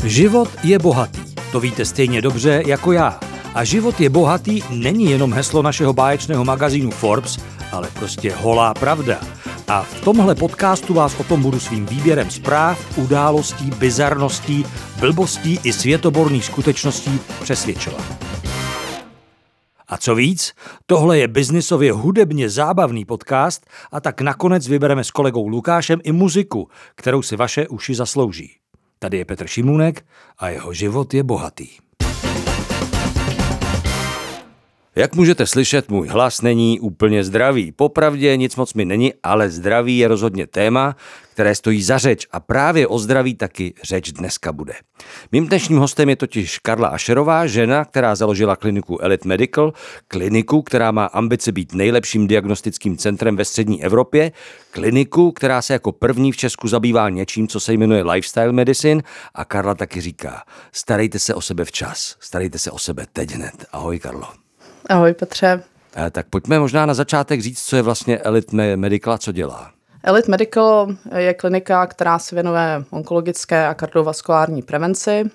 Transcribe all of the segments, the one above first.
Život je bohatý, to víte stejně dobře jako já. A život je bohatý není jenom heslo našeho báječného magazínu Forbes, ale prostě holá pravda. A v tomhle podcastu vás o tom budu svým výběrem zpráv, událostí, bizarností, blbostí i světoborných skutečností přesvědčovat. A co víc, tohle je biznisově hudebně zábavný podcast a tak nakonec vybereme s kolegou Lukášem i muziku, kterou si vaše uši zaslouží. Tady je Petr Šimůnek a jeho život je bohatý. Jak můžete slyšet, můj hlas není úplně zdravý. Popravdě nic moc mi není, ale zdraví je rozhodně téma, které stojí za řeč a právě o zdraví taky řeč dneska bude. Mým dnešním hostem je totiž Karla Ascherová, žena, která založila kliniku Elite Medical, kliniku, která má ambice být nejlepším diagnostickým centrem ve střední Evropě, kliniku, která se jako první v Česku zabývá něčím, co se jmenuje lifestyle medicine, a Karla taky říká: starejte se o sebe včas, starejte se o sebe teď hned. Ahoj, Karlo. Ahoj, Petře. Tak pojďme možná na začátek říct, co je vlastně Elite Medical a co dělá. Elite Medical je klinika, která se věnuje onkologické a kardiovaskulární prevenci.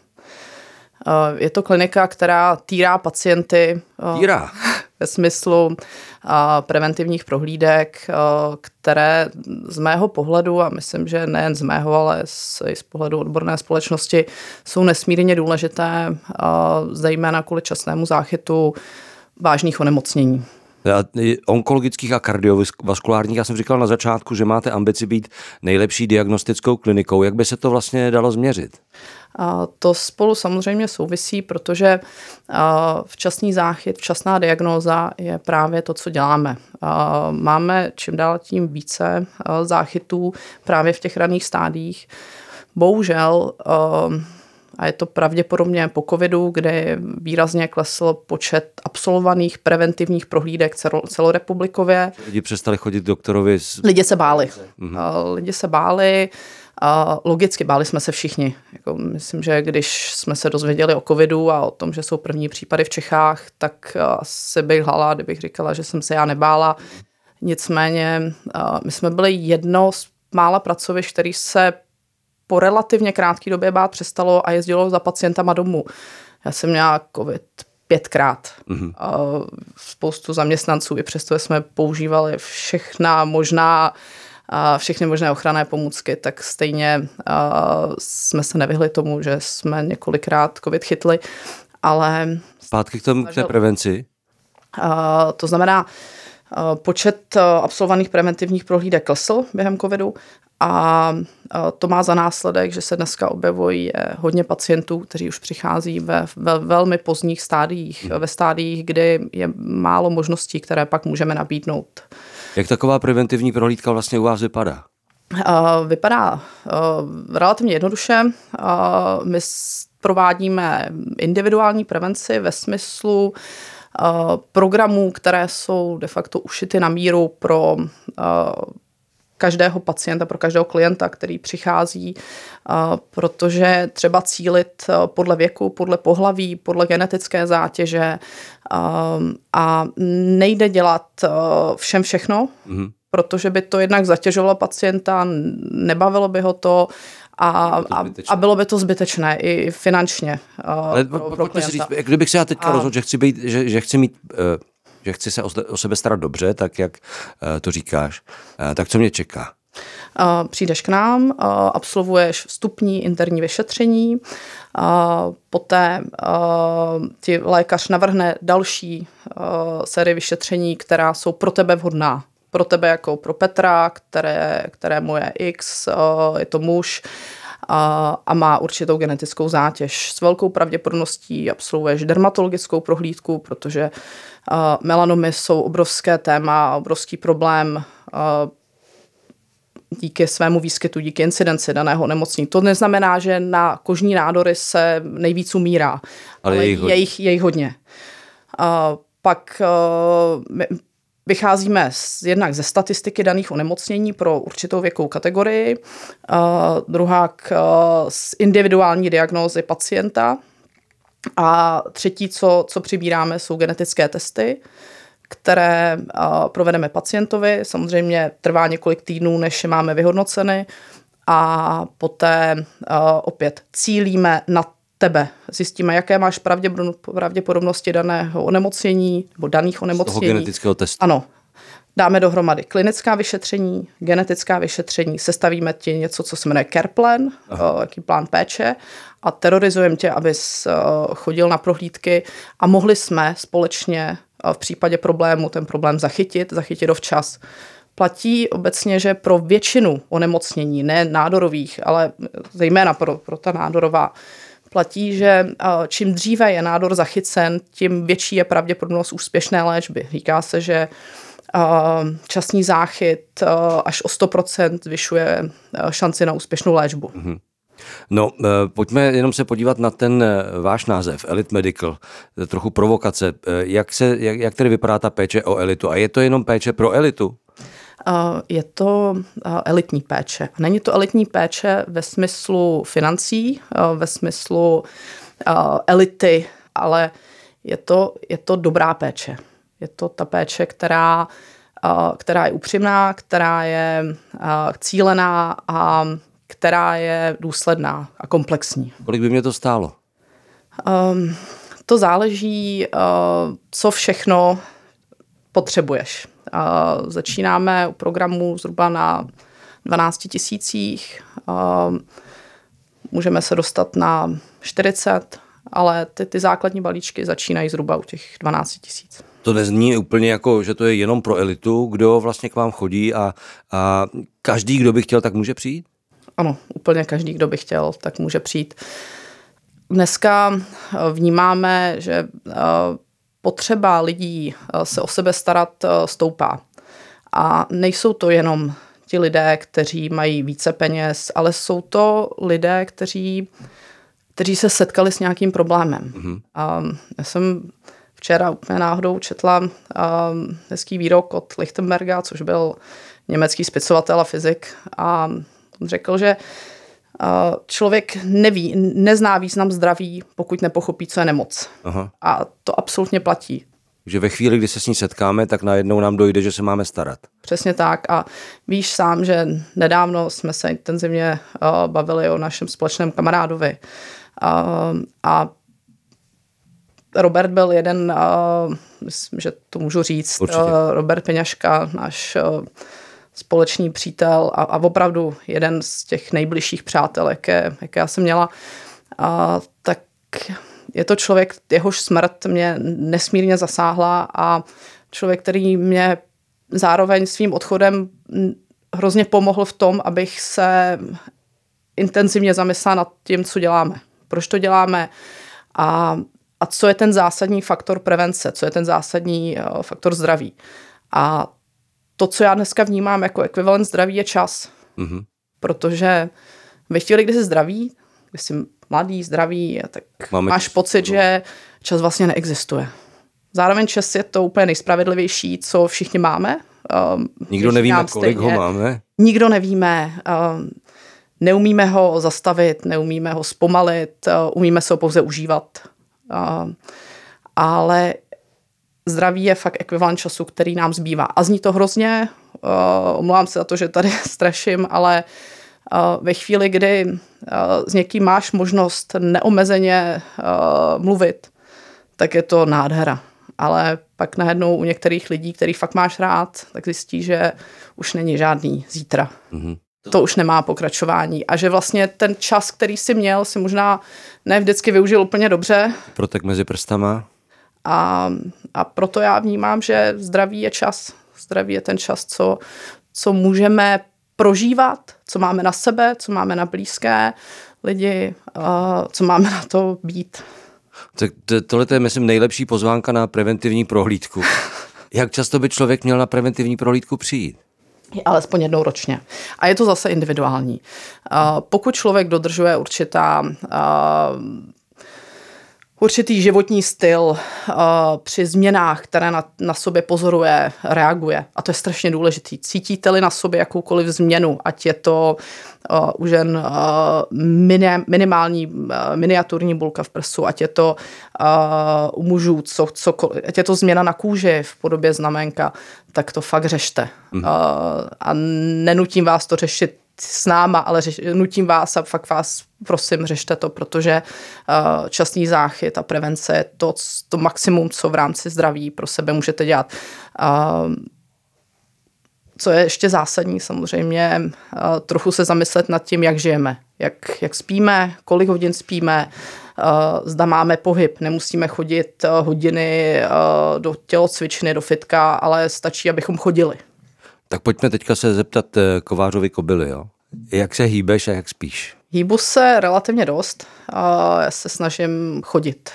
Je to klinika, která týrá pacienty ve smyslu preventivních prohlídek, které z mého pohledu, a myslím, že nejen z mého, ale i z pohledu odborné společnosti, jsou nesmírně důležité, zejména kvůli časnému záchytu vážných onemocnění. Onkologických a kardiovaskulárních. Já jsem říkal na začátku, že máte ambici být nejlepší diagnostickou klinikou. Jak by se to vlastně dalo změřit? To spolu samozřejmě souvisí, protože včasný záchyt, včasná diagnóza je právě to, co děláme. Máme čím dál tím více záchytů právě v těch raných stádích. Bohužel, a je to pravděpodobně po covidu, kdy výrazně klesl počet absolvovaných preventivních prohlídek celorepublikově. Lidi přestali chodit k doktorovi. Lidi se báli. Lidi se báli. Logicky báli jsme se všichni. Myslím, že když jsme se dozvěděli o covidu a o tom, že jsou první případy v Čechách, tak asi bych lhala, kdybych říkala, že jsem se já nebála. Nicméně my jsme byli jedno z mála pracovišť, který se po relativně krátké době bát přestalo a jezdilo za pacientama domů. Já jsem měla covid 5krát. Spoustu zaměstnanců, i přesto jsme používali všechny možné ochranné pomůcky, tak stejně jsme se nevyhli tomu, že jsme několikrát covid chytli, ale... Zpátky k té prevenci? To znamená, počet absolvovaných preventivních prohlídek klesl během covidu a to má za následek, že se dneska objevuje hodně pacientů, kteří už přichází ve velmi pozdních stádiích, ve stádiích, kdy je málo možností, které pak můžeme nabídnout. Jak taková preventivní prohlídka vlastně u vás vypadá? Vypadá relativně jednoduše. My provádíme individuální prevenci ve smyslu programů, které jsou de facto ušity na míru pro každého pacienta, pro každého klienta, který přichází, protože třeba cílit podle věku, podle pohlaví, podle genetické zátěže a nejde dělat všem všechno, protože by to jednak zatěžovalo pacienta, nebavilo by ho to a bylo by to zbytečné i finančně. Ale pojďme si říct, kdybych se já teďka rozhodl, že chci se o sebe starat dobře, tak jak to říkáš, tak co mě čeká? Přijdeš k nám, absolvuješ vstupní interní vyšetření, poté ti lékař navrhne další sérii vyšetření, která jsou pro tebe vhodná. Pro tebe jako pro Petra, kterému je X, je to muž a má určitou genetickou zátěž. S velkou pravděpodobností absolvuješ dermatologickou prohlídku, protože melanomy jsou obrovské téma, obrovský problém díky svému výskytu, díky incidenci daného onemocnění. To neznamená, že na kožní nádory se nejvíc umírá, ale je jich hodně. Pak vycházíme jednak ze statistiky daných onemocnění pro určitou věkovou kategorii, druhá z individuální diagnózy pacienta a třetí, co přibíráme, jsou genetické testy, které provedeme pacientovi. Samozřejmě trvá několik týdnů, než je máme vyhodnoceny a poté opět cílíme na tebe. Zjistíme, jaké máš pravděpodobnosti daného onemocnění nebo daných onemocnění. Z toho genetického testu. Ano. Dáme dohromady klinická vyšetření, genetická vyšetření, sestavíme ti něco, co se jmenuje care plan, jaký plán péče a terorizujeme tě, abys chodil na prohlídky a mohli jsme společně v případě problému ten problém zachytit dovčas. Platí obecně, že pro většinu onemocnění, ne nádorových, ale zejména pro ta nádorová, platí, že čím dříve je nádor zachycen, tím větší je pravděpodobnost úspěšné léčby. Říká se, že časný záchyt až o 100% zvyšuje šanci na úspěšnou léčbu. No, pojďme jenom se podívat na ten váš název, Elite Medical, trochu provokace. Jak tedy vypadá ta péče o elitu? A je to jenom péče pro elitu? Je to elitní péče. Není to elitní péče ve smyslu financí, ve smyslu elity, ale je to dobrá péče. Je to ta péče, která je upřímná, která je cílená a která je důsledná a komplexní. Kolik by mě to stálo? To záleží, co všechno potřebuješ. Začínáme u programu zhruba na 12 000. Můžeme se dostat na 40, ale ty základní balíčky začínají zhruba u těch 12 000. To nezní úplně jako, že to je jenom pro elitu, kdo vlastně k vám chodí a každý, kdo by chtěl, tak může přijít? Ano, úplně každý, kdo by chtěl, tak může přijít. Dneska vnímáme, že potřeba lidí se o sebe starat stoupá. A nejsou to jenom ti lidé, kteří mají více peněz, ale jsou to lidé, kteří se setkali s nějakým problémem. Já jsem včera úplně náhodou četla hezký výrok od Lichtenberga, což byl německý spisovatel a fyzik, a on řekl, že člověk nezná význam zdraví, pokud nepochopí, co je nemoc. Aha. A to absolutně platí. Že ve chvíli, kdy se s ní setkáme, tak najednou nám dojde, že se máme starat. Přesně tak. A víš sám, že nedávno jsme se intenzivně bavili o našem společném kamarádovi. A Robert byl jeden, myslím, že to můžu říct, Robert Peňažka, náš společný přítel a opravdu jeden z těch nejbližších přátel, jaké já jsem měla. Tak je to člověk, jehož smrt mě nesmírně zasáhla a člověk, který mě zároveň svým odchodem hrozně pomohl v tom, abych se intenzivně zamyslela nad tím, co děláme. Proč to děláme a co je ten zásadní faktor prevence, co je ten zásadní faktor zdraví. A to, co já dneska vnímám jako ekvivalent zdraví, je čas. Mm-hmm. Protože ve chvíli, kdy jsi zdravý, když jsi mladý, zdravý, tak máš pocit, že čas vlastně neexistuje. Zároveň čas je to úplně nejspravedlivější, co všichni máme. Nikdo nevíme, kolik ho máme. Nikdo nevíme. Neumíme ho zastavit, neumíme ho zpomalit, umíme se ho pouze užívat. Ale zdraví je fakt ekvivalent času, který nám zbývá. A zní to hrozně, omlouvám se za to, že tady straším, ale ve chvíli, kdy s někým máš možnost neomezeně mluvit, tak je to nádhera. Ale pak najednou u některých lidí, který fakt máš rád, tak zjistí, že už není žádný zítra. Mm-hmm. To už nemá pokračování. A že vlastně ten čas, který jsi měl, si možná ne vždycky využil úplně dobře. Protek mezi prstama. A proto já vnímám, že zdraví je čas. Zdraví je ten čas, co můžeme prožívat, co máme na sebe, co máme na blízké lidi, co máme na to být. Tak tohle je, myslím, nejlepší pozvánka na preventivní prohlídku. Jak často by člověk měl na preventivní prohlídku přijít? Alespoň jednou ročně. A je to zase individuální. Pokud člověk dodržuje určitý životní styl při změnách, které na sobě pozoruje, reaguje. A to je strašně důležitý. Cítíte-li na sobě jakoukoliv změnu, ať je to už jen minimální miniaturní bulka v prsu, ať je to u mužů, ať je to změna na kůži v podobě znamenka, tak to fakt řešte. A nenutím vás to řešit s náma, ale nutím vás a fakt vás prosím, řešte to, protože časný záchyt a prevence je to maximum, co v rámci zdraví pro sebe můžete dělat. Co je ještě zásadní, samozřejmě trochu se zamyslet nad tím, jak žijeme, jak spíme, kolik hodin spíme, zda máme pohyb, nemusíme chodit hodiny do tělocvičny, do fitka, ale stačí, abychom chodili. Tak pojďme teďka se zeptat Kovářovi Kobily, jo? Jak se hýbeš a jak spíš? Hýbu se relativně dost, já se snažím chodit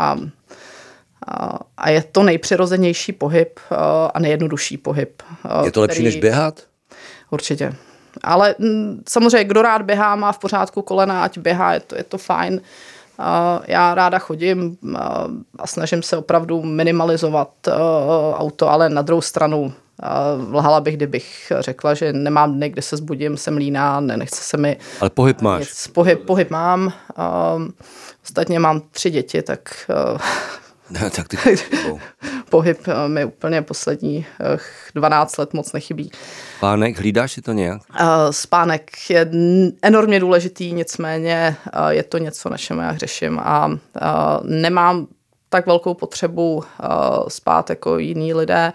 a je to nejpřirozenější pohyb a nejjednodušší pohyb. Je to lepší než běhat? Určitě. Ale samozřejmě, kdo rád běhá, má v pořádku kolena, ať běhá, je to fajn. Já ráda chodím a snažím se opravdu minimalizovat auto, ale na druhou stranu lhala bych, kdybych řekla, že nemám dny, kde se zbudím, jsem líná, nechce se mi... Ale pohyb máš? Pohyb mám. Ostatně mám 3 děti, tak... tak ty... Pohyb mi úplně poslední 12 let moc nechybí. Spánek, hlídáš si to nějak? Spánek je enormně důležitý, nicméně je to něco, na čem já hřeším a nemám tak velkou potřebu spát jako jiní lidé,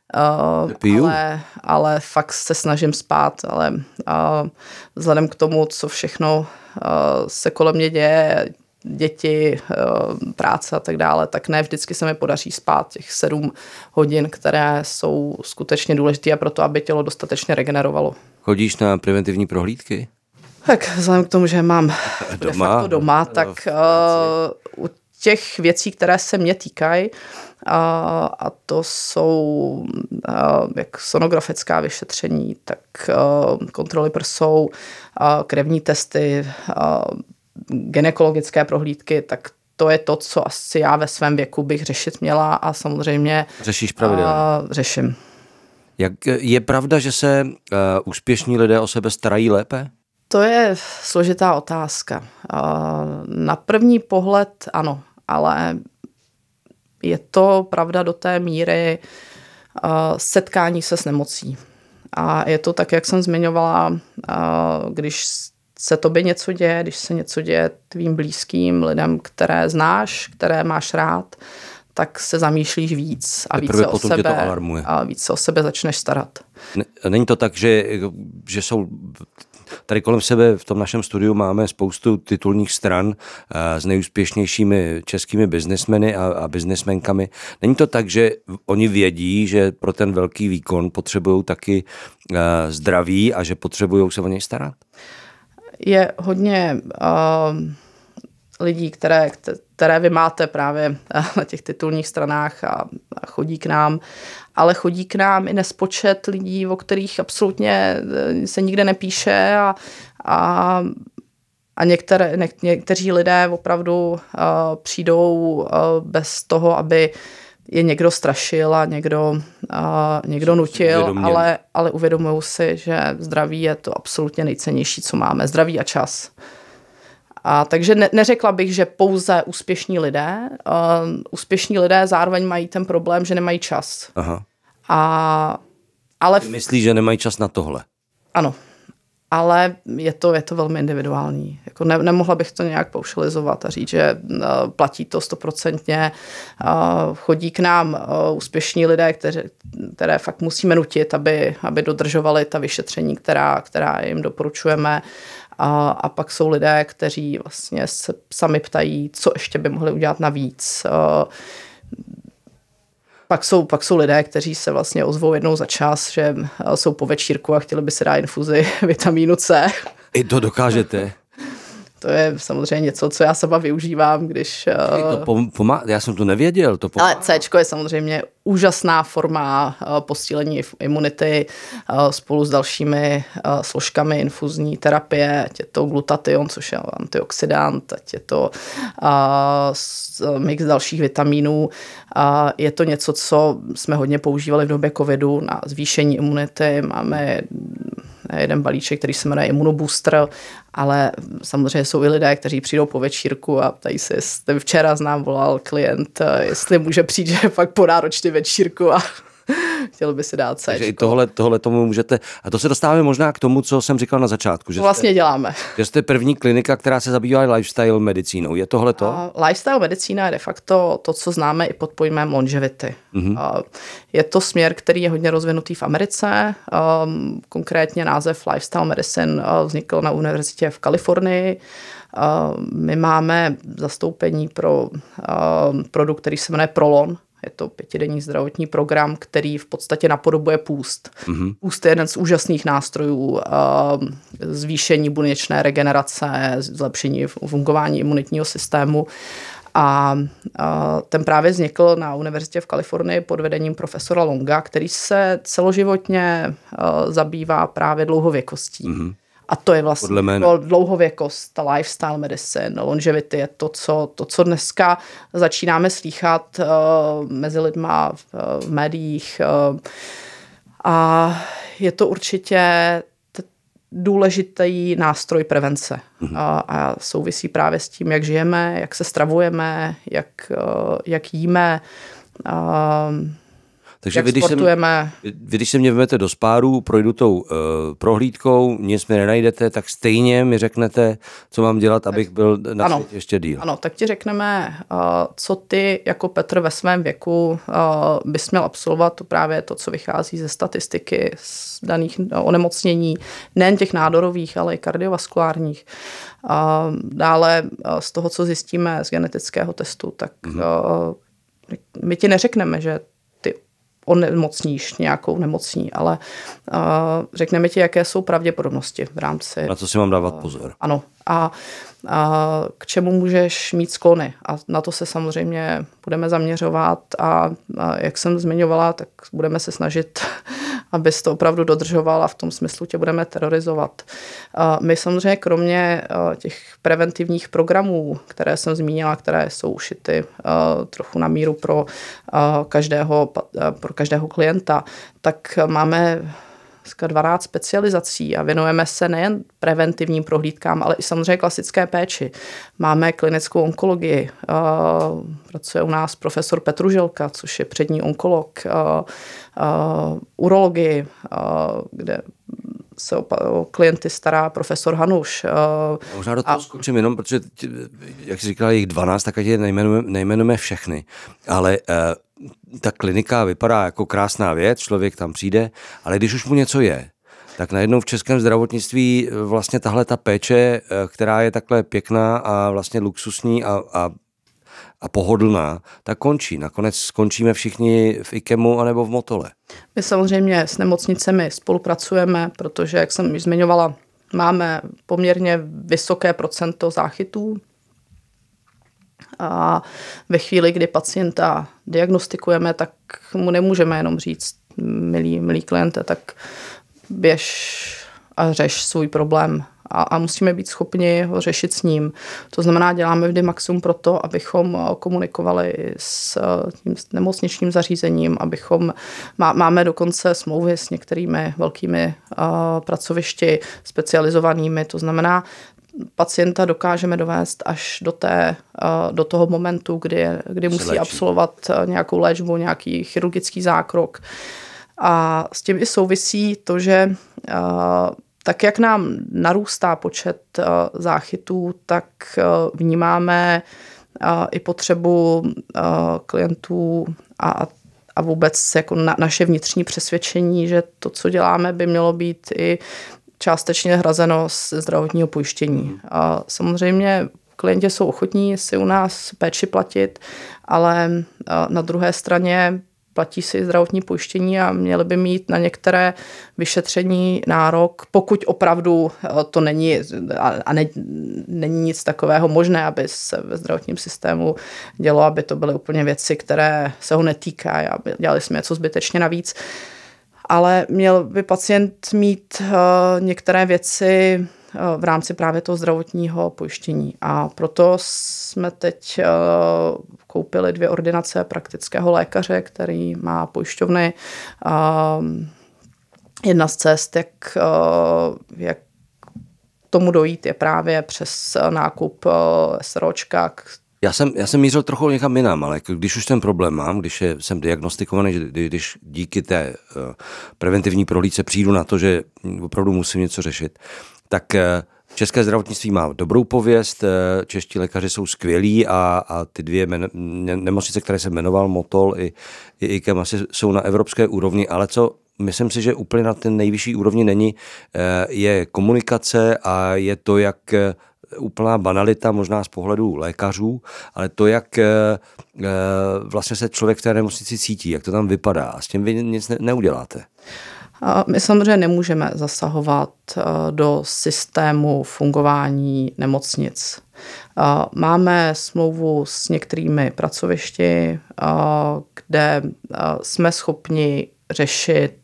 ale fakt se snažím spát, ale vzhledem k tomu, co všechno se kolem mě děje, děti, práce a tak dále, tak ne vždycky se mi podaří spát těch 7 hodin, které jsou skutečně důležité a proto, aby tělo dostatečně regenerovalo. Chodíš na preventivní prohlídky? Tak vzhledem k tomu, že mám de facto doma, tak u těch věcí, které se mě týkají, a to jsou jak sonografická vyšetření, tak kontroly prsou, krevní testy, gynekologické prohlídky, tak to je to, co asi já ve svém věku bych řešit měla a samozřejmě... Řešíš pravidelně? Řeším. Je pravda, že se úspěšní lidé o sebe starají lépe? To je složitá otázka. Na první pohled ano, ale je to pravda do té míry setkání se s nemocí. A je to tak, jak jsem zmiňovala, když se tobě něco děje, když se něco děje tvým blízkým lidem, které znáš, které máš rád, tak se zamýšlíš víc a více o sebe a více o sebe začneš starat. Není to tak, že jsou tady kolem sebe v tom našem studiu máme spoustu titulních stran s nejúspěšnějšími českými biznesmeny a biznesmenkami. Není to tak, že oni vědí, že pro ten velký výkon potřebují taky zdraví a že potřebují se o něj starat? Je hodně lidí, které vy máte právě na těch titulních stranách a chodí k nám, ale chodí k nám i nespočet lidí, o kterých absolutně se nikde nepíše a někteří lidé opravdu přijdou bez toho, aby je někdo strašil a někdo nutil, ale uvědomují si, že zdraví je to absolutně nejcennější, co máme. Zdraví a čas. Takže neřekla bych, že pouze úspěšní lidé. Úspěšní lidé zároveň mají ten problém, že nemají čas. Aha. Ty myslíš, že nemají čas na tohle? Ano. Ale je to velmi individuální. Jako nemohla bych to nějak paušalizovat a říct, že platí to 100%. Chodí k nám úspěšní lidé, které fakt musíme nutit, aby dodržovali ta vyšetření, která jim doporučujeme. A pak jsou lidé, kteří vlastně se sami ptají, co ještě by mohli udělat navíc. Pak jsou lidé, kteří se vlastně ozvou jednou za čas, že jsou po večírku a chtěli by si dát infuzi vitamínu C. I to dokážete? To je samozřejmě něco, co já sama využívám, když... Já jsem to nevěděl. Ale Cčko je samozřejmě úžasná forma posílení imunity spolu s dalšími složkami infuzní terapie, ať je to glutation, což je antioxidant, ať je to mix dalších vitamínů. Je to něco, co jsme hodně používali v době covidu na zvýšení imunity. Máme jeden balíček, který se jmenuje Immunobooster, ale samozřejmě jsou i lidé, kteří přijdou po večírku a ptají se, jestli včera z nám volal klient, jestli může přijít, že fakt po náročný večírku chtěli by si dát C. Takže i tohle tomu můžete, a to se dostáváme možná k tomu, co jsem říkal na začátku. Že vlastně děláme. Že jste první klinika, která se zabývá lifestyle medicínou. Je tohle to? Lifestyle medicína je de facto to, co známe i pod pojmem longevity. Je to směr, který je hodně rozvinutý v Americe. Konkrétně název lifestyle medicine vznikl na univerzitě v Kalifornii. My máme zastoupení pro produkt, který se jmenuje Prolon. Je to 5denní zdravotní program, který v podstatě napodobuje půst. Půst je jeden z úžasných nástrojů zvýšení buněčné regenerace, zlepšení fungování imunitního systému. A ten právě vznikl na univerzitě v Kalifornii pod vedením profesora Longa, který se celoživotně zabývá právě dlouhověkostí. A to je vlastně dlouhověkost, ta lifestyle medicine, longevity je to, co dneska začínáme slýchat mezi lidma v médiích. A je to určitě důležitý nástroj prevence. A souvisí právě s tím, jak žijeme, jak se stravujeme, jak jíme, takže jak sportujeme. Když se mě vezmete do spáru, projdu tou prohlídkou, nic mi nenajdete, tak stejně mi řeknete, co mám dělat, abych byl na světě ještě díl. Ano, tak ti řekneme, co ty jako Petr ve svém věku bys měl absolvovat, to právě to, co vychází ze statistiky z daných onemocnění, nejen těch nádorových, ale i kardiovaskulárních. Dále z toho, co zjistíme z genetického testu, tak my ti neřekneme, že onemocníš nějakou nemocí, ale řekneme ti, jaké jsou pravděpodobnosti v rámci. Na co si mám dávat pozor. Ano. A k čemu můžeš mít sklony. A na to se samozřejmě budeme zaměřovat a jak jsem zmiňovala, tak budeme se snažit, abys to opravdu dodržoval a v tom smyslu tě budeme terorizovat. My samozřejmě kromě těch preventivních programů, které jsem zmínila, které jsou ušity trochu na míru pro každého klienta, tak máme 12 specializací a věnujeme se nejen preventivním prohlídkám, ale i samozřejmě klasické péči. Máme klinickou onkologii, pracuje u nás profesor Petruželka, což je přední onkolog, urologii, kde se o klienty stará profesor Hanuš. Možná do toho skočím jenom, protože, jak jsi říkala, jich 12, tak ať je nejmenujeme všechny. Ale ta klinika vypadá jako krásná věc, člověk tam přijde, ale když už mu něco je, tak najednou v českém zdravotnictví vlastně tahle ta péče, která je takhle pěkná a vlastně luxusní a pohodlná, tak končí. Nakonec skončíme všichni v IKEMu anebo v Motole. My samozřejmě s nemocnicemi spolupracujeme, protože, jak jsem již zmiňovala, máme poměrně vysoké procento záchytů. A ve chvíli, kdy pacienta diagnostikujeme, tak mu nemůžeme jenom říct, milý kliente, tak běž a řeš svůj problém. A musíme být schopni ho řešit s ním. To znamená, děláme vždy maximum pro to, abychom komunikovali s tím nemocničním zařízením, máme dokonce smlouvy s některými velkými pracovišti specializovanými. To znamená, pacienta dokážeme dovést až do toho momentu, kdy musí absolvovat nějakou léčbu, nějaký chirurgický zákrok. A s tím i souvisí to, že tak, jak nám narůstá počet záchytů, tak vnímáme i potřebu klientů a vůbec jako naše vnitřní přesvědčení, že to, co děláme, by mělo být i částečně hrazeno ze zdravotního pojištění. A samozřejmě klienti jsou ochotní si u nás péči platit, ale na druhé straně platí si zdravotní pojištění a měli by mít na některé vyšetření nárok, pokud opravdu to není není nic takového možné, aby se ve zdravotním systému dělo, aby to byly úplně věci, které se ho netýkají, aby dělali jsme něco zbytečně navíc. Ale měl by pacient mít některé věci v rámci právě toho zdravotního pojištění. A proto jsme teď koupili 2 ordinace praktického lékaře, který má pojišťovny. Jedna z cest, jak tomu dojít, je právě přes nákup SROčka, Já jsem mířil trochu někam jinam, ale když už ten problém mám, jsem diagnostikovaný, když díky té preventivní prohlídce přijdu na to, že opravdu musím něco řešit, tak české zdravotnictví má dobrou pověst, čeští lékaři jsou skvělí a ty dvě nemocnice, které jsem jmenoval, Motol i IKEM, asi jsou na evropské úrovni, ale co myslím si, že úplně na ten nejvyšší úrovni není, je komunikace a je to, jak úplná banalita možná z pohledu lékařů, ale to, jak vlastně se člověk v té nemocnici cítí, jak to tam vypadá. A s tím vy nic neuděláte. My samozřejmě nemůžeme zasahovat do systému fungování nemocnic. Máme smlouvu s některými pracovišti, kde jsme schopni řešit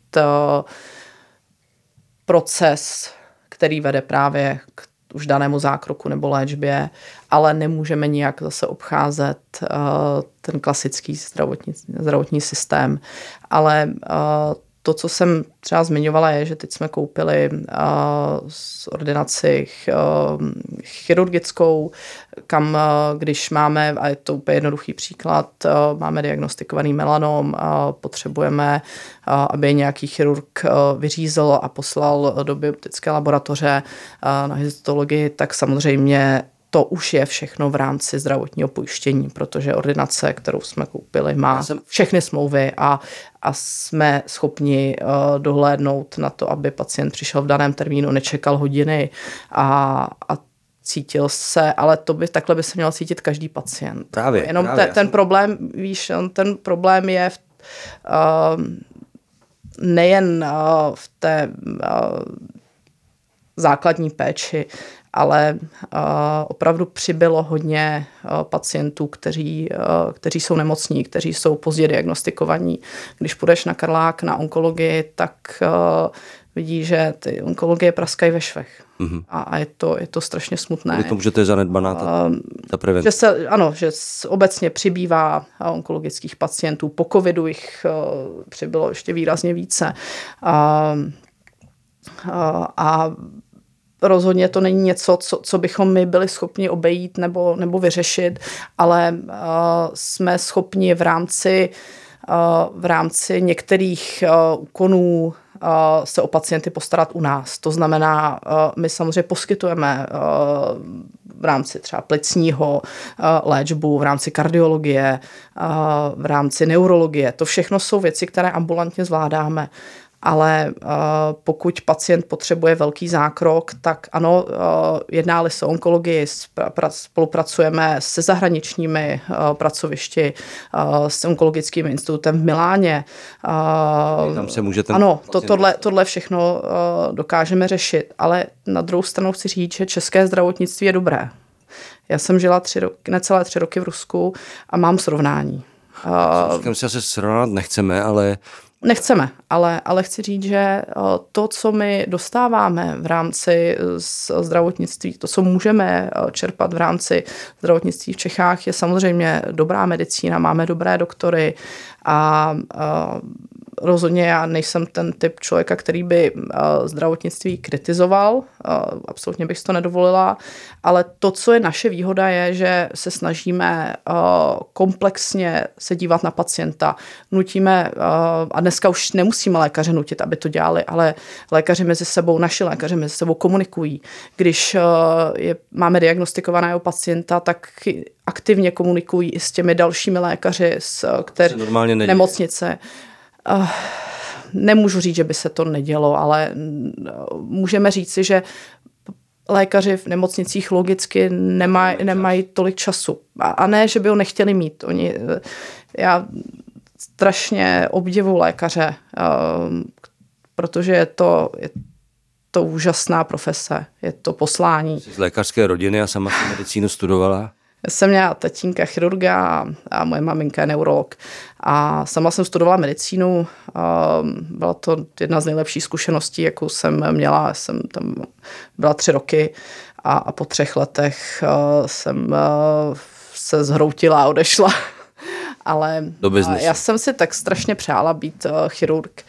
proces, který vede právě k už danému zákroku nebo léčbě, ale nemůžeme nijak zase obcházet ten klasický zdravotní systém. Ale to, co jsem třeba zmiňovala, je, že teď jsme koupili z ordinaci chirurgickou, kam když máme, a je to úplně jednoduchý příklad, máme diagnostikovaný melanom, potřebujeme, aby nějaký chirurg vyřízl a poslal do bioptické laboratoře na histologii, tak samozřejmě to už je všechno v rámci zdravotního pojištění, protože ordinace, kterou jsme koupili, má všechny smlouvy a jsme schopni dohlédnout na to, aby pacient přišel v daném termínu, nečekal hodiny a cítil se, ale takhle by se měl cítit každý pacient. Právě. Ten problém, víš, ten problém je nejen v té základní péči, ale opravdu přibylo hodně pacientů, kteří jsou nemocní, kteří jsou pozdě diagnostikovaní. Když půjdeš na Karlák, na onkologii, tak vidí, že ty onkologie praskají ve švech. Mm-hmm. A je to strašně smutné. Kvůli tomu, že to je zanedbaná ta prevence. Že obecně přibývá onkologických pacientů. Po covidu jich přibylo ještě výrazně více. A rozhodně to není něco, co bychom my byli schopni obejít nebo vyřešit, ale jsme schopni v rámci některých úkonů se o pacienty postarat u nás. To znamená, my samozřejmě poskytujeme v rámci třeba plicního léčbu, v rámci kardiologie, v rámci neurologie. To všechno jsou věci, které ambulantně zvládáme. Ale pokud pacient potřebuje velký zákrok, tak ano, jedná-li se o onkologii, spolupracujeme se zahraničními pracovišti, s onkologickým institutem v Miláně. Tam se může tohle všechno dokážeme řešit, ale na druhou stranu chci říct, že české zdravotnictví je dobré. Já jsem žila necelé 3 roky v Rusku a mám srovnání. S si asi srovnat nechceme, ale... Nechceme, ale chci říct, že to, co my dostáváme v rámci zdravotnictví, to, co můžeme čerpat v rámci zdravotnictví v Čechách, je samozřejmě dobrá medicína, máme dobré doktory a rozhodně já nejsem ten typ člověka, který by zdravotnictví kritizoval, absolutně bych si to nedovolila, ale to, co je naše výhoda, je, že se snažíme komplexně se dívat na pacienta. Nutíme, a dneska už nemusíme lékaře nutit, aby to dělali, ale naši lékaři mezi sebou komunikují. Když máme diagnostikovaného pacienta, tak aktivně komunikují i s těmi dalšími lékaři z nemocnice. Nemůžu říct, že by se to nedělo, ale můžeme říct si, že lékaři v nemocnicích logicky nemají tolik času. A ne, že by ho nechtěli mít. Já strašně obdivuji lékaře, protože je to úžasná profese, je to poslání. Jsi z lékařské rodiny a sama si medicínu studovala? Já jsem měla tatínka chirurga a moje maminka je neurolog. A sama jsem studovala medicínu. Byla to jedna z nejlepších zkušeností, jakou jsem měla. Jsem tam byla 3 roky a po 3 letech jsem se zhroutila a odešla. Ale já jsem si tak strašně přála být chirurg.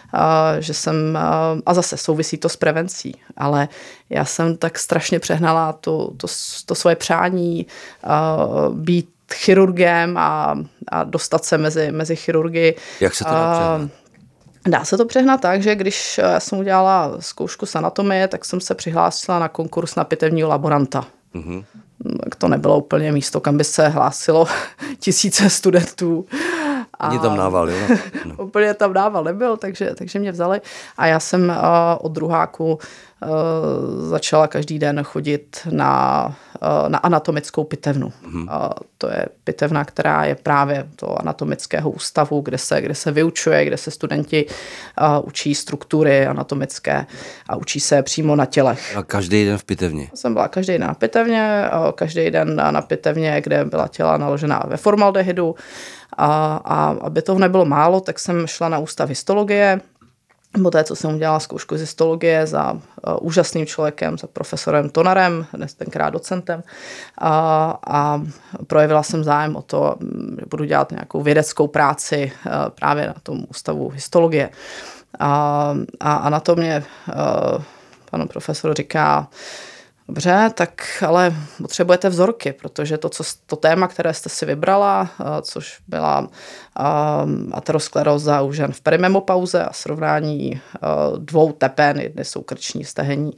a zase souvisí to s prevencí, ale já jsem tak strašně přehnala to svoje přání být chirurgem a dostat se mezi chirurgy. Jak se to dá přehnat? Dá se to přehnat tak, že když jsem udělala zkoušku z anatomie, tak jsem se přihlásila na konkurs na pitevního laboranta. Mm-hmm. Tak to nebylo úplně místo, kam by se hlásilo tisíce studentů. Ani tam nával, jo? No. Úplně tam nával nebyl, takže mě vzali. A já jsem od druháku začala každý den chodit na anatomickou pitevnu. To je pitevna, která je právě toho anatomického ústavu, kde se vyučuje, kde se studenti učí struktury anatomické a učí se přímo na tělech. A každý den v pitevně? Jsem byla každý den na pitevně, každý den na pitevně, kde byla těla naložená ve formaldehydu. A aby toho nebylo málo, tak jsem šla na ústav histologie. Poté, co jsem udělala zkoušku z histologie za úžasným člověkem, za profesorem Tonarem, dnes tenkrát docentem, a projevila jsem zájem o to, že budu dělat nějakou vědeckou práci právě na tom ústavu histologie. A na to mě pan profesor říká, dobře, tak ale potřebujete vzorky, protože to téma, které jste si vybrala, což byla ateroskleróza u žen v perimemopauze a srovnání dvou tepen, jedny jsou krční, stehenní.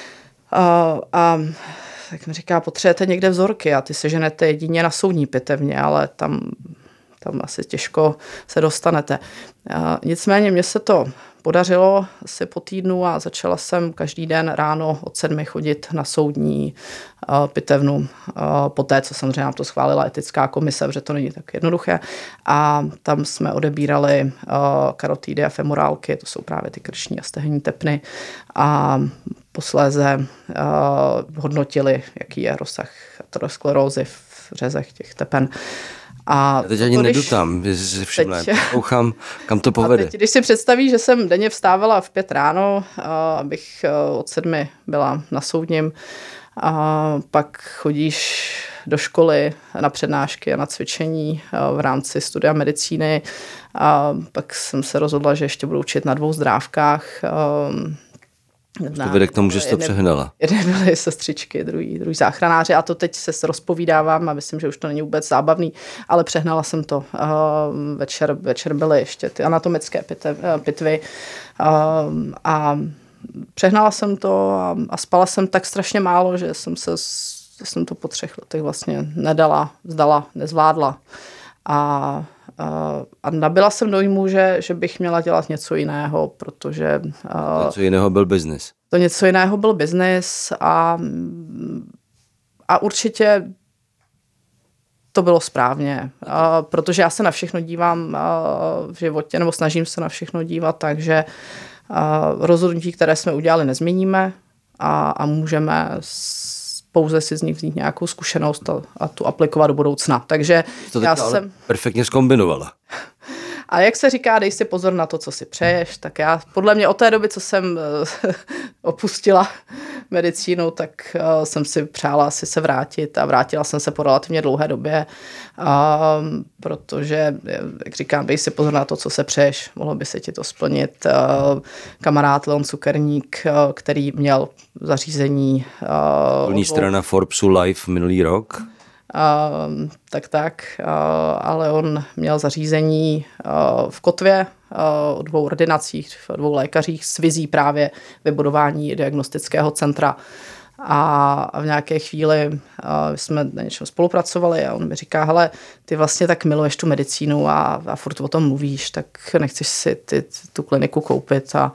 A tak mi říká, potřebujete někde vzorky a ty seženete jedině na soudní pitevně, ale tam asi těžko se dostanete. Nicméně mně se to podařilo asi po týdnu a začala jsem každý den ráno od 7 chodit na soudní pitevnu. Poté, co samozřejmě nám to schválila etická komise, protože to není tak jednoduché. A tam jsme odebírali karotidy a femorálky, to jsou právě ty krční a stehenní tepny. A posléze hodnotili, jaký je rozsah aterosklerózy v řezech těch tepen. A teď ani nejdu tam, jestli si všimne, poslouchám, kam to povede. A teď, když si představíš, že jsem denně vstávala v 5 ráno, abych od 7 byla na soudním, a pak chodíš do školy na přednášky a na cvičení v rámci studia medicíny, a pak jsem se rozhodla, že ještě budu učit na 2 zdrávkách. To vede k tomu, že jsi to přehnala. Jedné byly sestřičky, druhý záchranáři a to teď se rozpovídávám a myslím, že už to není vůbec zábavný, ale přehnala jsem to. Večer byly ještě ty anatomické pitvy a přehnala jsem to a spala jsem tak strašně málo, že jsem to po 3 letech vlastně nedala, vzdala, nezvládla. A nabyla jsem dojmu, že bych měla dělat něco jiného, protože... Něco jiného byl biznis. To něco jiného byl biznis a určitě to bylo správně, protože já se na všechno dívám v životě, nebo snažím se na všechno dívat, takže rozhodnutí, které jsme udělali, nezměníme a můžeme pouze si z nich vzít nějakou zkušenost a tu aplikovat do budoucna. Takže to já jsem perfektně zkombinovala. A jak se říká, dej si pozor na to, co si přeješ, tak já podle mě od té doby, co jsem opustila medicínu, tak jsem si přála asi se vrátit a vrátila jsem se po relativně dlouhé době, protože, jak říkám, dej si pozor na to, co se přeješ, mohlo by se ti to splnit. Kamarád Leon Cukerník, který měl zařízení... Polní strana Forbesu Live minulý rok. Ale on měl zařízení v Kotvě o 2 ordinacích, 2 lékařích s vizí právě vybudování diagnostického centra. A v nějaké chvíli jsme na něčem spolupracovali a on mi říká, hele, ty vlastně tak miluješ tu medicínu a furt o tom mluvíš, tak nechceš si tu kliniku koupit a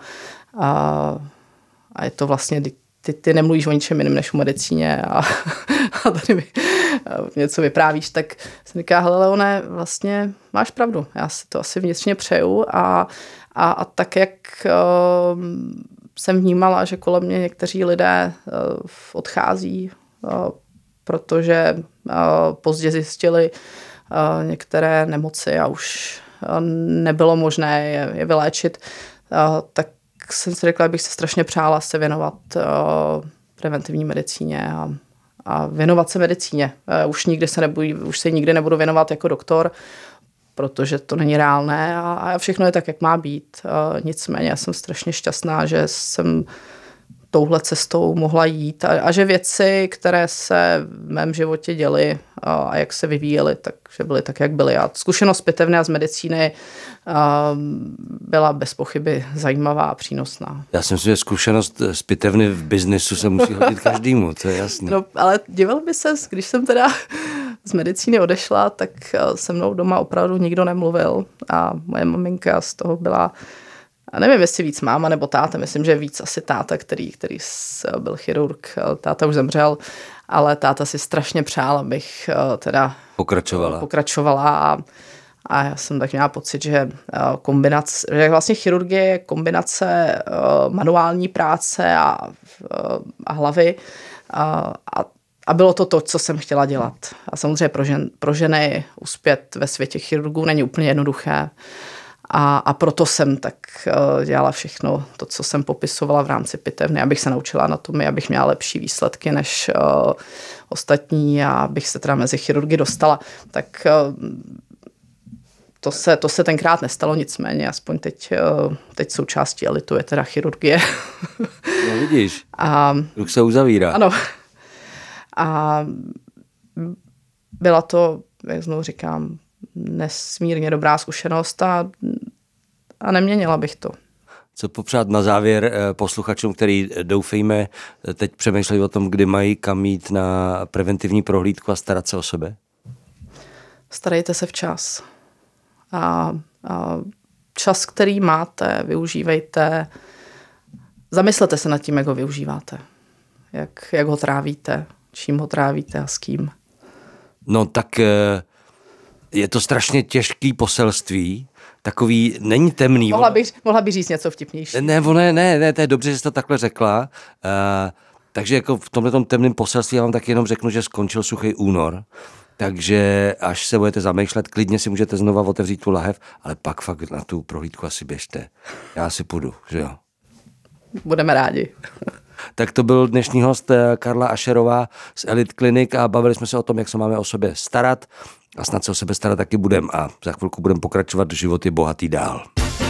je to vlastně... Ty nemluvíš o ničem jiném než o medicíně a tady mi něco vyprávíš, tak jsem říká, hele Leone, vlastně máš pravdu, já si to asi vnitřně přeju a tak, jak jsem vnímala, že kolem mě někteří lidé odchází, protože pozdě zjistili některé nemoci a už nebylo možné je vyléčit, tak jsem si řekla, že bych se strašně přála se věnovat preventivní medicíně a věnovat se medicíně. Už se nikdy nebudu věnovat jako doktor, protože to není reálné a všechno je tak, jak má být. Nicméně já jsem strašně šťastná, že jsem touhle cestou mohla jít a že věci, které se v mém životě děly a jak se vyvíjely, takže byly tak, jak byly. A zkušenost z pitevny a z medicíny byla bez pochyby zajímavá a přínosná. Já si myslím, že zkušenost z pitevny v biznesu se musí hodit každému, to je jasné. No, ale divil by se, když jsem teda z medicíny odešla, tak se mnou doma opravdu nikdo nemluvil a moje maminka z toho byla, a nevím, jestli víc máma nebo táta, myslím, že víc asi táta, který byl chirurg, táta už zemřel, ale táta si strašně přál, abych teda pokračovala a já jsem tak měla pocit, že že vlastně chirurgie je kombinace manuální práce a hlavy a bylo to, co jsem chtěla dělat. A samozřejmě pro ženy uspět ve světě chirurgů není úplně jednoduché. A proto jsem tak dělala všechno to, co jsem popisovala v rámci pitevny, abych se naučila anatomii, abych měla lepší výsledky než ostatní a abych se teda mezi chirurgy dostala. Tak to se tenkrát nestalo, nicméně aspoň teď součástí elitu je teda chirurgie. No vidíš, kruh se uzavírá. Ano. A byla to, jak znovu říkám, nesmírně dobrá zkušenost a neměnila bych to. Co popřát na závěr posluchačům, který doufejme teď přemýšlejí o tom, kdy mají kam jít na preventivní prohlídku a starat se o sebe? Starejte se včas. A čas, který máte, využívejte. Zamyslete se nad tím, jak ho využíváte. Jak ho trávíte, čím ho trávíte a s kým. No tak je to strašně těžký poselství, takový, není temný. Mohla bych říct něco vtipnější. Ne, to je dobře, že jsi to takhle řekla. Takže jako v tomhletom temném poselství já vám tak jenom řeknu, že skončil suchý únor, takže až se budete zamýšlet, klidně si můžete znova otevřít tu lahev, ale pak fakt na tu prohlídku asi běžte. Já si půjdu, že jo? Budeme rádi. Tak to byl dnešní host Karla Ascherová z Elite Clinic a bavili jsme se o tom, jak se máme o sobě starat a snad se o sebe starat taky budeme a za chvilku budeme pokračovat, život je bohatý dál.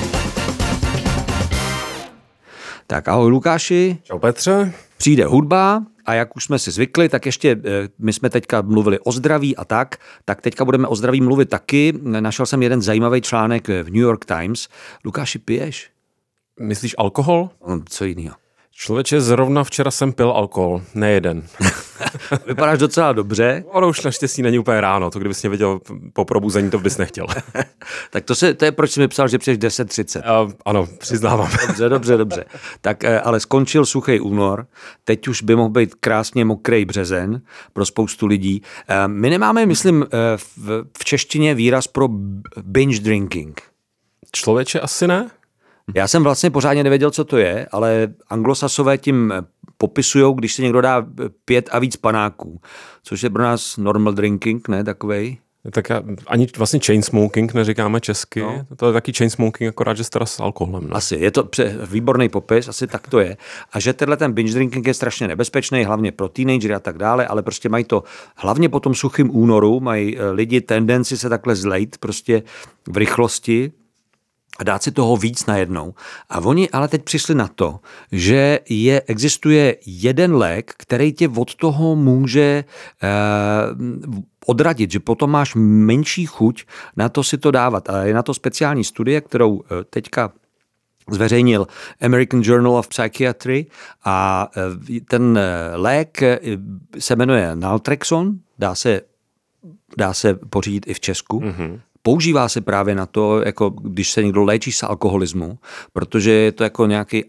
Tak ahoj Lukáši. Čau Petře. Přijde hudba a jak už jsme si zvykli, tak ještě my jsme teďka mluvili o zdraví a tak teďka budeme o zdraví mluvit taky. Našel jsem jeden zajímavý článek v New York Times. Lukáši, piješ? Myslíš alkohol? Co jiného? Člověče, zrovna včera jsem pil alkohol, ne jeden. Vypadáš docela dobře. Ono už naštěstí není úplně ráno, to kdybys mě viděl po probuzení, to bys nechtěl. Tak to je, proč jsi mi psal, že přijdeš 10:30. Ano, přiznávám. Dobře. Tak ale skončil suchý únor, teď už by mohl být krásně mokrý březen pro spoustu lidí. My nemáme, myslím, v češtině výraz pro binge drinking. Člověče, asi ne? Já jsem vlastně pořádně nevěděl, co to je, ale anglosasové tím popisujou, když se někdo dá 5 a víc panáků, což je pro nás normal drinking, ne, takovej. Tak ani vlastně chain smoking neříkáme česky, no. To je taky chain smoking, akorát, že teda s alkoholem. No. Asi, je to výborný popis, asi tak to je. A že tenhle ten binge drinking je strašně nebezpečný, hlavně pro teenagery a tak dále, ale prostě mají to, hlavně po tom suchým únoru, mají lidi tendenci se takhle zlejt prostě v rychlosti, a dát si toho víc najednou. A oni ale teď přišli na to, že existuje jeden lék, který tě od toho může odradit, že potom máš menší chuť na to si to dávat. A je na to speciální studie, kterou teďka zveřejnil American Journal of Psychiatry a ten lék se jmenuje Naltrexon, dá se pořídit i v Česku. Mm-hmm. Používá se právě na to, jako když se někdo léčí z alkoholismu, protože je to jako nějaký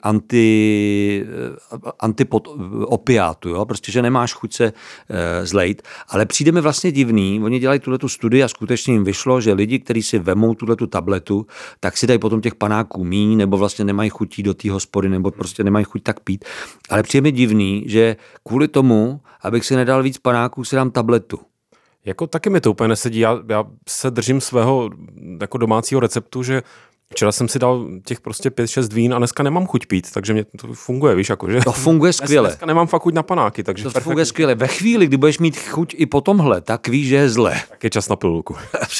antipod opiátu, jo? Prostě, že nemáš chuť se zlejt. Ale přijde mi vlastně divný, oni dělají tuhletu studii a skutečně jim vyšlo, že lidi, kteří si vemou tuhletu tabletu, tak si dají potom těch panáků míň, nebo vlastně nemají chutí do té hospody, nebo prostě nemají chuť tak pít. Ale přijde mi divný, že kvůli tomu, abych si nedal víc panáků, si dám tabletu. Jako taky mi to úplně nesedí. Já se držím svého jako domácího receptu, že Včera jsem si dal těch prostě 5-6 vín a dneska nemám chuť pít, takže mě to funguje, víš, jakože. To funguje skvěle. Dneska nemám fakt chuť na panáky, takže to funguje skvěle. Ve chvíli, kdy budeš mít chuť i po tomhle, tak víš, že je zle. Tak je čas na pilulku.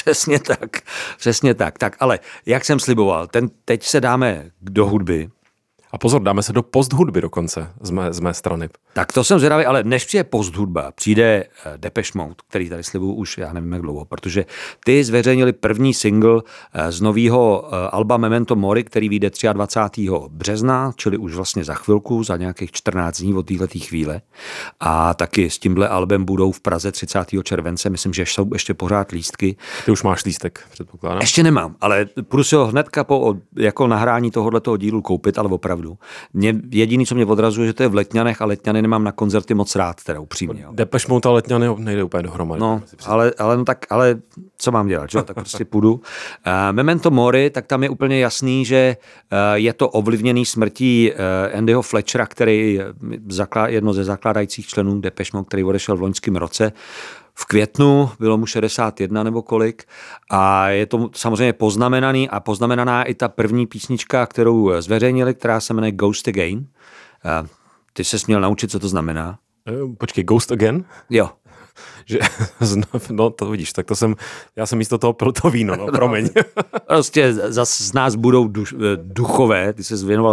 Přesně tak. Tak, ale jak jsem sliboval, teď se dáme do hudby. A pozor, dáme se do posthudby dokonce z mé strany. Tak to jsem zvědavý, ale než přijde posthudba, přijde Depeche Mode, který tady slibuju už, já nevím jak dlouho, protože ty zveřejnili první single z nového alba Memento Mori, který vyjde 23. března, čili už vlastně za chvilku, za nějakých 14 dní od této chvíle. A taky s tímhle albem budou v Praze 30. července, myslím, že jsou ještě pořád lístky. Ty už máš lístek, předpokládám? Ještě nemám, ale půjdu si ho hnedka po jako nahrání tohoto dílu koupit, ale opravdu. Jediný, co mě odrazuje, že to je v Letňanech a Letňany nemám na koncerty moc rád, teda upřímně. Depeche Mode a Letňany nejde úplně dohromady. No, ale co mám dělat, že? Tak prostě půjdu. Memento Mori, tak tam je úplně jasný, že je to ovlivněný smrtí Andyho Fletchera, který jedno ze zakládajících členů Depeche Mode, který odešel v loňském roce. V květnu, bylo mu 61 nebo kolik, a je to samozřejmě poznamenaná i ta první písnička, kterou zveřejnili, která se jmenuje Ghost Again. Ty se měl naučit, co to znamená. Počkej, Ghost Again? Jo. Že, no to vidíš, tak já jsem místo toho pil to víno, no, promiň. Prostě zase z nás budou duchové, ty se věnoval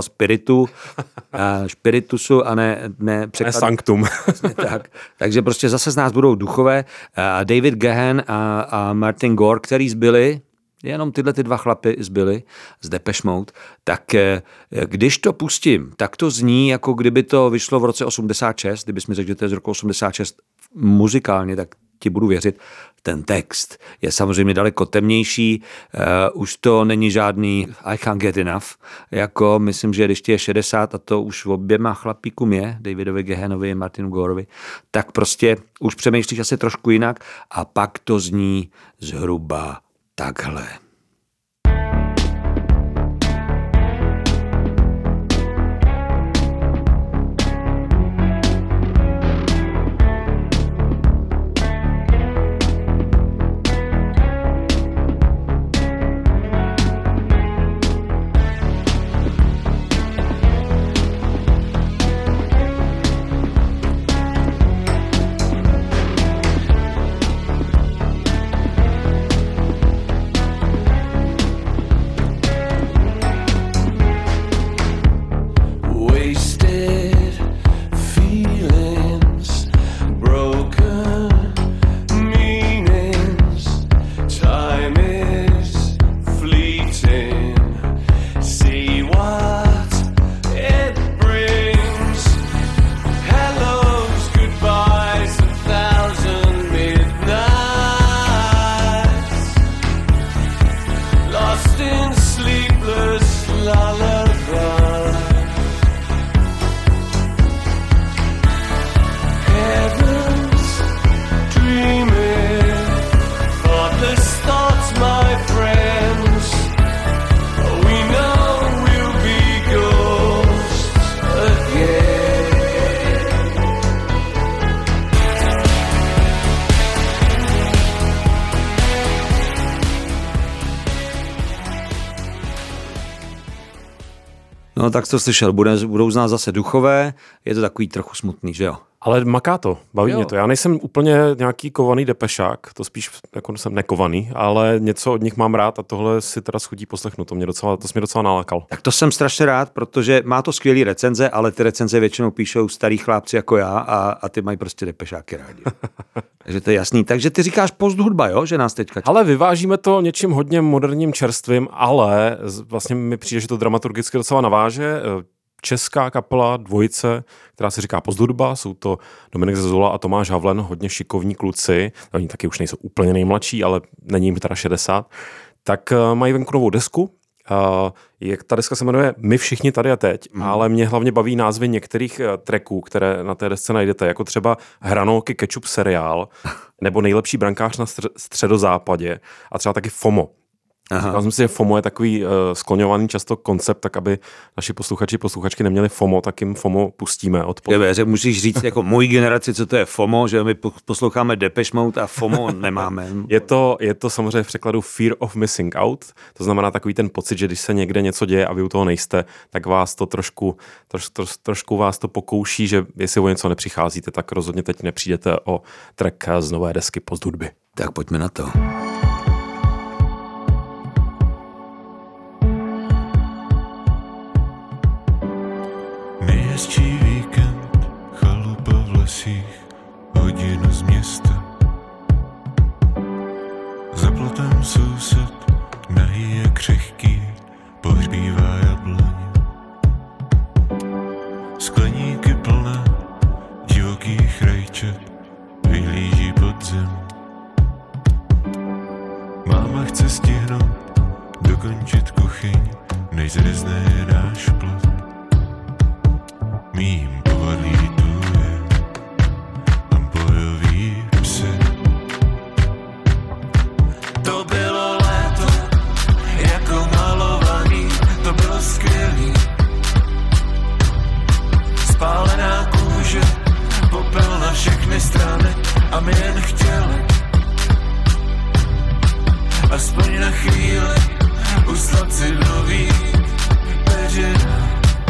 spiritusu a ne sanctum. Tak. Takže prostě zase z nás budou duchové. David Gahan a Martin Gore, který zbyli, jenom tyhle ty dva chlapy zbyli z Depeche Mode, tak když to pustím, tak to zní, jako kdyby to vyšlo v roce 86, kdybys mi řekl, že to je z roku 86 muzikálně, tak ti budu věřit. Ten text je samozřejmě daleko temnější, už to není žádný I can't get enough, jako myslím, že když ti je 60 a to už oběma chlapíkům je, Davidovi Gahanovi a Martinu Goreovi, tak prostě už přemýšlíš asi trošku jinak a pak to zní zhruba takhle. No tak to slyšel, budou z nás zase duchové, je to takový trochu smutný, že jo? Ale maká to, baví mě to. Já nejsem úplně nějaký kovaný depešák, to spíš jako jsem nekovaný, ale něco od nich mám rád a tohle si teda schudí poslechnu, to jsi mě docela nalákal. Tak to jsem strašně rád, protože má to skvělý recenze, ale ty recenze většinou píšou starý chlápci jako já a ty mají prostě depešáky rádi. Takže to je jasný. Takže ty říkáš posthudba, jo, že nás teďka... Ale vyvážíme to něčím hodně moderním, čerstvým, ale vlastně mi přijde, že to dramaturgicky docela naváže. Česká kapela, dvojice, která se říká posthudba, jsou to Dominik Zezula a Tomáš Havlen, hodně šikovní kluci, oni taky už nejsou úplně nejmladší, ale není jim teda 60, tak mají venku novou desku. Ta deska se jmenuje My všichni tady a teď, ale mě hlavně baví názvy některých tracků, které na té desce najdete, jako třeba Hranolky ketchup seriál, nebo Nejlepší brankář na středozápadě a třeba taky FOMO. Říkal jsem si, že FOMO je takový skloňovaný často koncept, tak aby naši posluchačky neměli FOMO, tak jim FOMO pustíme od Musíš říct jako mojí generaci, co to je FOMO, že my posloucháme Depeche Mode a FOMO nemáme. Je to samozřejmě v překladu Fear of Missing Out, to znamená takový ten pocit, že když se někde něco děje a vy u toho nejste, tak vás to trošku vás to pokouší, že jestli o něco nepřicházíte, tak rozhodně teď nepřijdete o track z nové desky Posthudby. Tak pojďme na to. Nejhezčí víkend, chalupa v lesích, hodinu z města. Za plotem soused, nahý a křehký, pohřbívá jabloň. Skleníky plné divokých rajčat, vyhlíží podzim. Máma chce stihnout, dokončit kuchyň, než zrezne náš plot. Mým pohodlí tu je bojový psy. To bylo léto, jako malovaný, to bylo skvělý. Spálená kůže, popel na všechny strany a my jen chtěli aspoň na chvíli uslat si nový peřina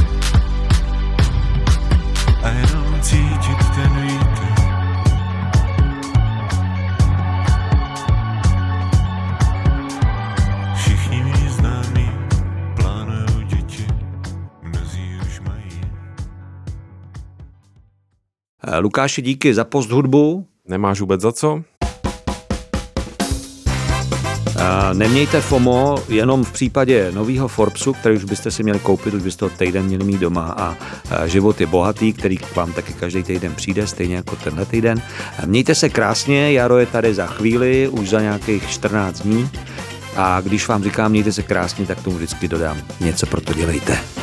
a jenom cítit ten vítr. Všichni mí známí plánujou děti, mnozí už mají. Lukáši, díky za Posthudbu. Nemáš vůbec za co? Nemějte FOMO jenom v případě nového Forbesu, který už byste si měli koupit, už byste ho týden měli mít doma a život je bohatý, který k vám taky každý týden přijde, stejně jako tenhle týden. Mějte se krásně, jaro je tady za chvíli, už za nějakých 14 dní a když vám říkám mějte se krásně, tak tomu vždycky dodám něco pro to dělejte.